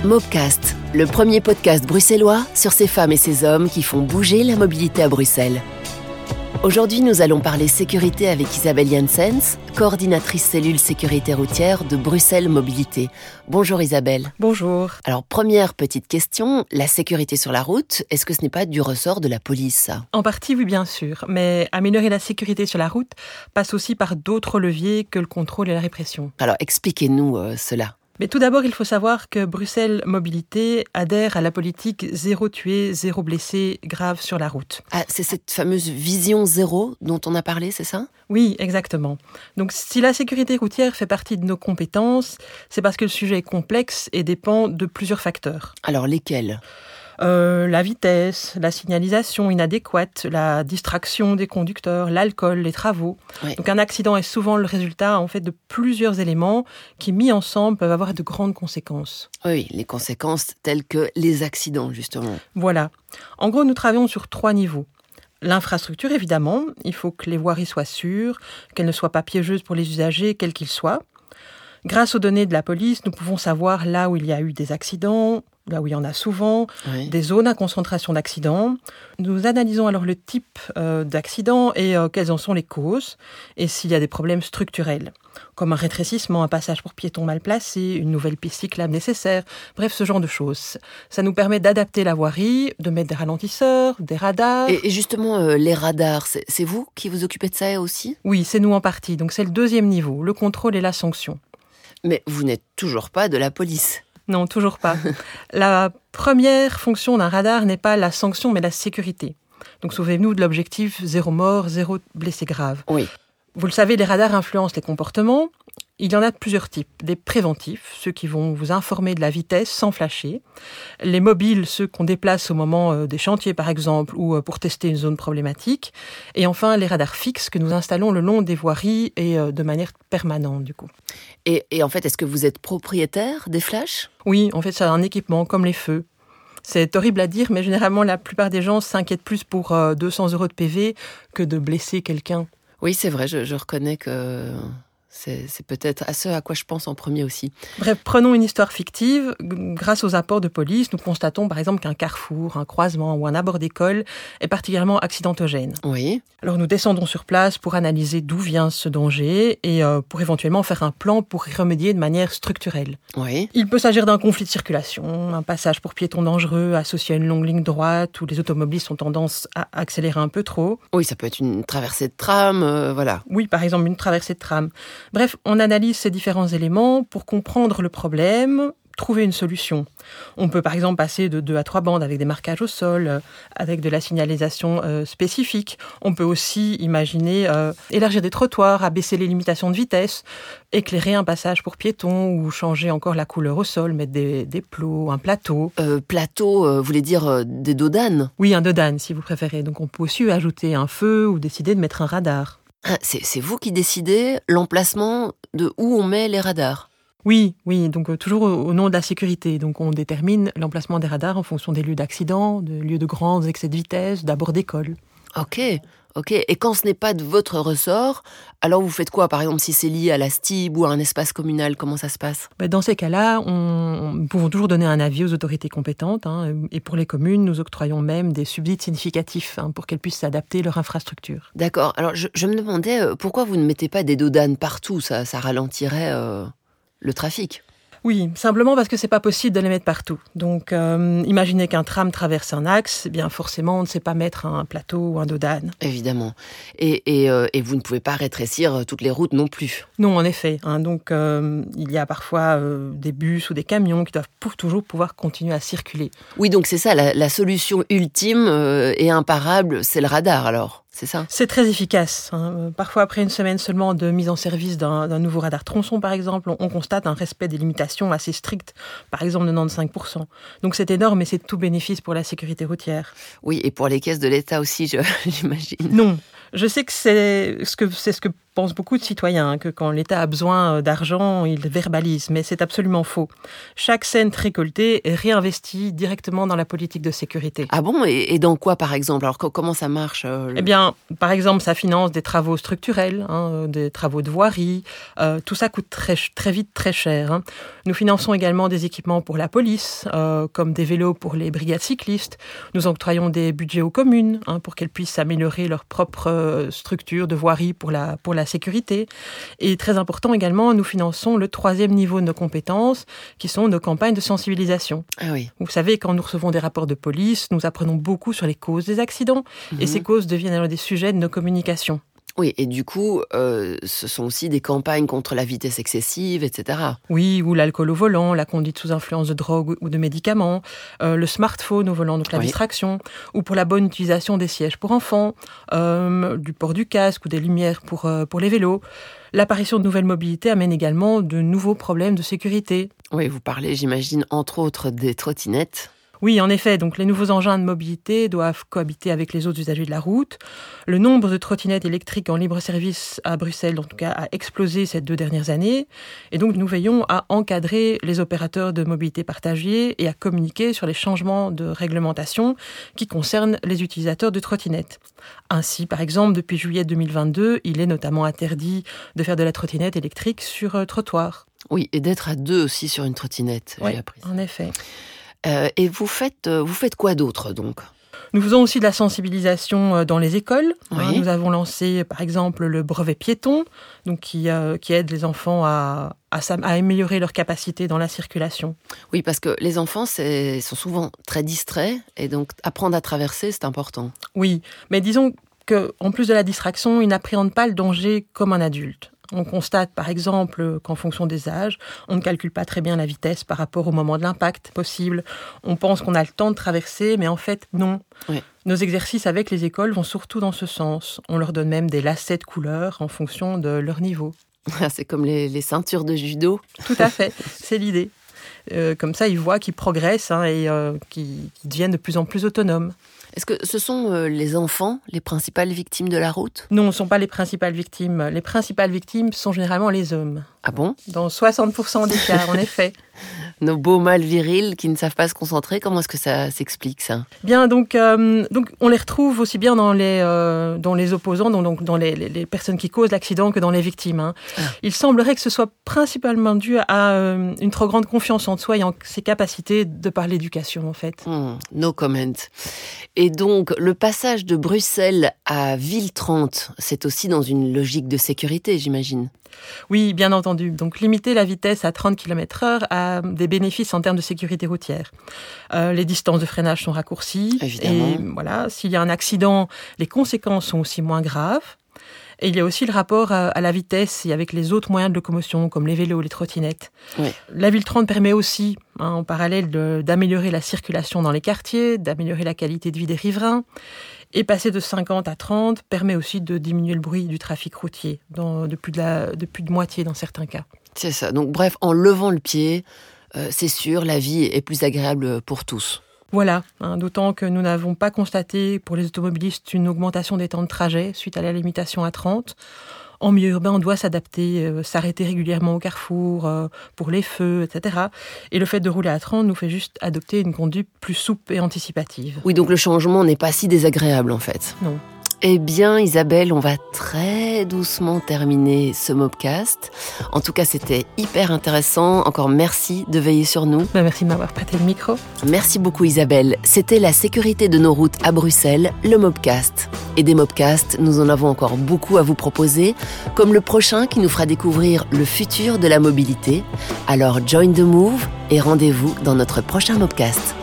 Mobcast, le premier podcast bruxellois sur ces femmes et ces hommes qui font bouger la mobilité à Bruxelles. Aujourd'hui, nous allons parler sécurité avec Isabelle Janssens, coordinatrice cellule sécurité routière de Bruxelles Mobilité. Bonjour Isabelle. Bonjour. Alors, première petite question, la sécurité sur la route, est-ce que ce n'est pas du ressort de la police, ça ? En partie, oui, bien sûr. Mais améliorer la sécurité sur la route passe aussi par d'autres leviers que le contrôle et la répression. Alors, expliquez-nous cela. Mais tout d'abord, il faut savoir que Bruxelles Mobilité adhère à la politique zéro tué, zéro blessé grave sur la route. Ah, c'est cette fameuse vision zéro dont on a parlé, c'est ça ? Oui, exactement. Donc si la sécurité routière fait partie de nos compétences, c'est parce que le sujet est complexe et dépend de plusieurs facteurs. Alors, lesquels ? La vitesse, la signalisation inadéquate, la distraction des conducteurs, l'alcool, les travaux. Oui. Donc un accident est souvent le résultat en fait de plusieurs éléments qui mis ensemble peuvent avoir de grandes conséquences. Oui, les conséquences telles que les accidents, justement. Voilà. En gros, nous travaillons sur 3 niveaux. L'infrastructure, évidemment. Il faut que les voiries soient sûres, qu'elles ne soient pas piégeuses pour les usagers, quels qu'ils soient. Grâce aux données de la police, nous pouvons savoir là où il y a eu des accidents, là où il y en a souvent, Oui. des zones à concentration d'accidents. Nous analysons alors le type d'accident et quelles en sont les causes et s'il y a des problèmes structurels, comme un rétrécissement, un passage pour piétons mal placé, une nouvelle piste cyclable nécessaire, bref, ce genre de choses. Ça nous permet d'adapter la voirie, de mettre des ralentisseurs, des radars. Et justement, les radars, c'est vous qui vous occupez de ça aussi ? Oui, c'est nous en partie, donc c'est le 2e niveau, le contrôle et la sanction. Mais vous n'êtes toujours pas de la police. Non, toujours pas. La première fonction d'un radar n'est pas la sanction, mais la sécurité. Donc souvenez-vous de l'objectif zéro mort, zéro blessé grave. Oui. Vous le savez, les radars influencent les comportements. Il y en a de plusieurs types. Des préventifs, ceux qui vont vous informer de la vitesse sans flasher. Les mobiles, ceux qu'on déplace au moment des chantiers, par exemple, ou pour tester une zone problématique. Et enfin, les radars fixes que nous installons le long des voiries et de manière permanente, du coup. Et en fait, est-ce que vous êtes propriétaire des flashs ? Oui, en fait, c'est un équipement comme les feux. C'est horrible à dire, mais généralement, la plupart des gens s'inquiètent plus pour 200 € de PV que de blesser quelqu'un. Oui, c'est vrai, je reconnais que c'est peut-être à ce à quoi je pense en premier aussi. Bref, prenons une histoire fictive. Grâce aux apports de police, nous constatons par exemple qu'un carrefour, un croisement ou un abord d'école est particulièrement accidentogène. Oui. Alors nous descendons sur place pour analyser d'où vient ce danger et pour éventuellement faire un plan pour y remédier de manière structurelle. Oui. Il peut s'agir d'un conflit de circulation, un passage pour piétons dangereux associé à une longue ligne droite où les automobilistes ont tendance à accélérer un peu trop. Oui, ça peut être une traversée de tram, voilà. Oui, par exemple, une traversée de tram. Bref, on analyse ces différents éléments pour comprendre le problème, trouver une solution. On peut par exemple passer de 2 à 3 bandes avec des marquages au sol, avec de la signalisation spécifique. On peut aussi imaginer élargir des trottoirs, abaisser les limitations de vitesse, éclairer un passage pour piétons ou changer encore la couleur au sol, mettre des plots, un plateau. Plateau, vous voulez dire des dos d'âne ? Oui, un dodane si vous préférez. Donc on peut aussi ajouter un feu ou décider de mettre un radar. Ah, c'est vous qui décidez l'emplacement de où on met les radars ? Oui, donc toujours au nom de la sécurité. Donc on détermine l'emplacement des radars en fonction des lieux d'accident, de lieux de grands excès de vitesse, d'abords d'école. Ok. Et quand ce n'est pas de votre ressort, alors vous faites quoi ? Par exemple, si c'est lié à la STIB ou à un espace communal, comment ça se passe ? Dans ces cas-là, nous pouvons toujours donner un avis aux autorités compétentes. Et pour les communes, nous octroyons même des subsides significatifs pour qu'elles puissent s'adapter à leur infrastructure. D'accord. Alors je me demandais pourquoi vous ne mettez pas des dos d'âne partout ? Ça ralentirait le trafic. Oui, simplement parce que c'est pas possible de les mettre partout. Donc, imaginez qu'un tram traverse un axe, eh bien forcément, on ne sait pas mettre un plateau ou un dos d'âne. Évidemment. Et vous ne pouvez pas rétrécir toutes les routes non plus. Non, en effet. Donc, il y a parfois des bus ou des camions qui doivent toujours pouvoir continuer à circuler. Oui, donc c'est ça, la solution ultime et imparable, c'est le radar alors. C'est ça ? C'est très efficace. Parfois, après une semaine seulement de mise en service d'un nouveau radar tronçon, par exemple, on constate un respect des limitations assez strictes, par exemple 95%. Donc c'est énorme et c'est tout bénéfice pour la sécurité routière. Oui, et pour les caisses de l'État aussi, j'imagine. Non, je sais que c'est ce que pensent beaucoup de citoyens, que quand l'État a besoin d'argent, il verbalise, mais c'est absolument faux. Chaque cent récolté est réinvesti directement dans la politique de sécurité. Ah bon ? Et dans quoi, par exemple ? Alors, comment ça marche Eh bien, par exemple, ça finance des travaux structurels, des travaux de voirie. Tout ça coûte très vite très cher. Nous finançons également des équipements pour la police, comme des vélos pour les brigades cyclistes. Nous octroyons des budgets aux communes pour qu'elles puissent améliorer leur propre structure de voirie pour la sécurité. Et très important également, nous finançons le 3e niveau de nos compétences, qui sont nos campagnes de sensibilisation. Ah oui. Vous savez, quand nous recevons des rapports de police, nous apprenons beaucoup sur les causes des accidents, et ces causes deviennent alors des sujets de nos communications. Oui, et du coup, ce sont aussi des campagnes contre la vitesse excessive, etc. Oui, ou l'alcool au volant, la conduite sous influence de drogue ou de médicaments, le smartphone au volant, donc la distraction, ou pour la bonne utilisation des sièges pour enfants, du port du casque ou des lumières pour les vélos. L'apparition de nouvelles mobilités amène également de nouveaux problèmes de sécurité. Oui, vous parlez, j'imagine, entre autres des trottinettes. Oui, en effet, donc les nouveaux engins de mobilité doivent cohabiter avec les autres usagers de la route. Le nombre de trottinettes électriques en libre service à Bruxelles, en tout cas, a explosé ces 2 dernières années. Et donc, nous veillons à encadrer les opérateurs de mobilité partagée et à communiquer sur les changements de réglementation qui concernent les utilisateurs de trottinettes. Ainsi, par exemple, depuis juillet 2022, il est notamment interdit de faire de la trottinette électrique sur trottoir. Oui, et d'être à 2 aussi sur une trottinette, oui, j'ai appris. En effet. Et vous faites quoi d'autre, donc ? Nous faisons aussi de la sensibilisation dans les écoles. Oui. Nous avons lancé, par exemple, le brevet piéton, donc qui aide les enfants à améliorer leur capacité dans la circulation. Oui, parce que les enfants sont souvent très distraits, et donc apprendre à traverser, c'est important. Oui, mais disons qu'en plus de la distraction, ils n'appréhendent pas le danger comme un adulte. On constate par exemple qu'en fonction des âges, on ne calcule pas très bien la vitesse par rapport au moment de l'impact possible. On pense qu'on a le temps de traverser, mais en fait non. Oui. Nos exercices avec les écoles vont surtout dans ce sens. On leur donne même des lacets de couleurs en fonction de leur niveau. C'est comme les ceintures de judo. Tout à fait, c'est l'idée. Comme ça, ils voient qu'ils progressent et qu'ils deviennent de plus en plus autonomes. Est-ce que ce sont les enfants les principales victimes de la route ? Non, ce ne sont pas les principales victimes. Les principales victimes sont généralement les hommes. Ah bon ? Dans 60% des cas, en effet. Nos beaux mâles virils qui ne savent pas se concentrer, comment est-ce que ça s'explique, ça ? Bien, donc on les retrouve aussi bien dans les opposants, donc dans les personnes qui causent l'accident, que dans les victimes. Ah. Il semblerait que ce soit principalement dû à une trop grande confiance en soi et en ses capacités de par l'éducation, en fait. No comment. Et donc, le passage de Bruxelles à Ville 30, c'est aussi dans une logique de sécurité, j'imagine. Oui, bien entendu. Donc, limiter la vitesse à 30 km/h a des bénéfices en termes de sécurité routière. Les distances de freinage sont raccourcies. Évidemment. Et voilà, s'il y a un accident, les conséquences sont aussi moins graves. Et il y a aussi le rapport à la vitesse et avec les autres moyens de locomotion, comme les vélos ou les trottinettes. Oui. La Ville 30 permet aussi, en parallèle, d'améliorer la circulation dans les quartiers, d'améliorer la qualité de vie des riverains. Et passer de 50 à 30 permet aussi de diminuer le bruit du trafic routier, de plus de moitié dans certains cas. C'est ça. Donc bref, en levant le pied, c'est sûr, la vie est plus agréable pour tous. Voilà, d'autant que nous n'avons pas constaté pour les automobilistes une augmentation des temps de trajet suite à la limitation à 30. En milieu urbain, on doit s'adapter, s'arrêter régulièrement au carrefour, pour les feux, etc. Et le fait de rouler à 30 nous fait juste adopter une conduite plus souple et anticipative. Oui, donc le changement n'est pas si désagréable en fait. Non. Eh bien, Isabelle, on va très doucement terminer ce Mobcast. En tout cas, c'était hyper intéressant. Encore merci de veiller sur nous. Merci de m'avoir prêté le micro. Merci beaucoup, Isabelle. C'était la sécurité de nos routes à Bruxelles, le Mobcast. Et des Mobcasts, nous en avons encore beaucoup à vous proposer, comme le prochain qui nous fera découvrir le futur de la mobilité. Alors, join the move et rendez-vous dans notre prochain Mobcast.